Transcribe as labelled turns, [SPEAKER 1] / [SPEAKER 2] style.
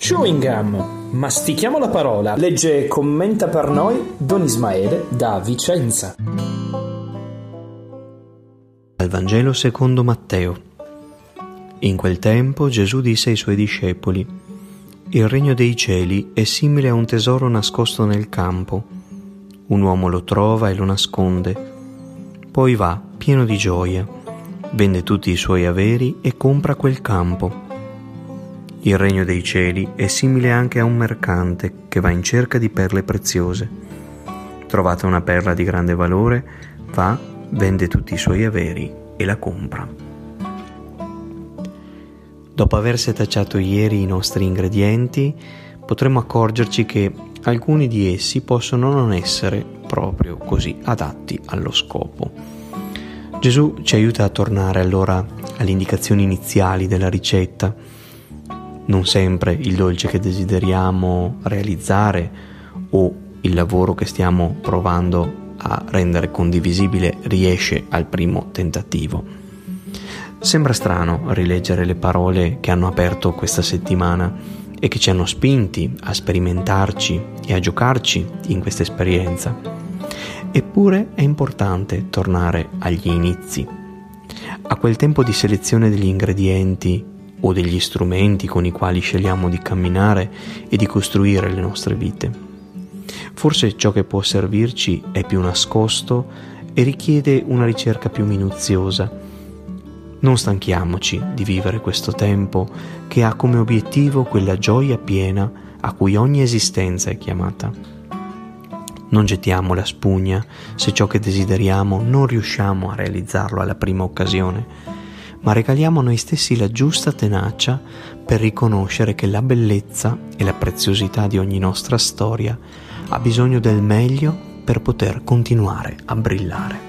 [SPEAKER 1] Chewing gum, mastichiamo la parola. Legge e commenta per noi Don Ismaele da Vicenza.
[SPEAKER 2] Dal Vangelo secondo Matteo. In quel tempo Gesù disse ai suoi discepoli: Il regno dei cieli è simile a un tesoro nascosto nel campo. Un uomo lo trova e lo nasconde. Poi va, pieno di gioia, vende tutti i suoi averi e compra quel campo. Il regno dei cieli è simile anche a un mercante che va in cerca di perle preziose. Trovata una perla di grande valore, va, vende tutti i suoi averi e la compra. Dopo aver setacciato ieri i nostri ingredienti, potremo accorgerci che alcuni di essi possono non essere proprio così adatti allo scopo. Gesù ci aiuta a tornare allora alle indicazioni iniziali della ricetta. Non sempre il dolce che desideriamo realizzare o il lavoro che stiamo provando a rendere condivisibile riesce al primo tentativo. Sembra strano rileggere le parole che hanno aperto questa settimana e che ci hanno spinti a sperimentarci e a giocarci in questa esperienza. Eppure è importante tornare agli inizi, a quel tempo di selezione degli ingredienti o degli strumenti con i quali scegliamo di camminare e di costruire le nostre vite. Forse ciò che può servirci è più nascosto e richiede una ricerca più minuziosa. Non stanchiamoci di vivere questo tempo che ha come obiettivo quella gioia piena a cui ogni esistenza è chiamata. Non gettiamo la spugna se ciò che desideriamo non riusciamo a realizzarlo alla prima occasione, ma regaliamo a noi stessi la giusta tenacia per riconoscere che la bellezza e la preziosità di ogni nostra storia ha bisogno del meglio per poter continuare a brillare.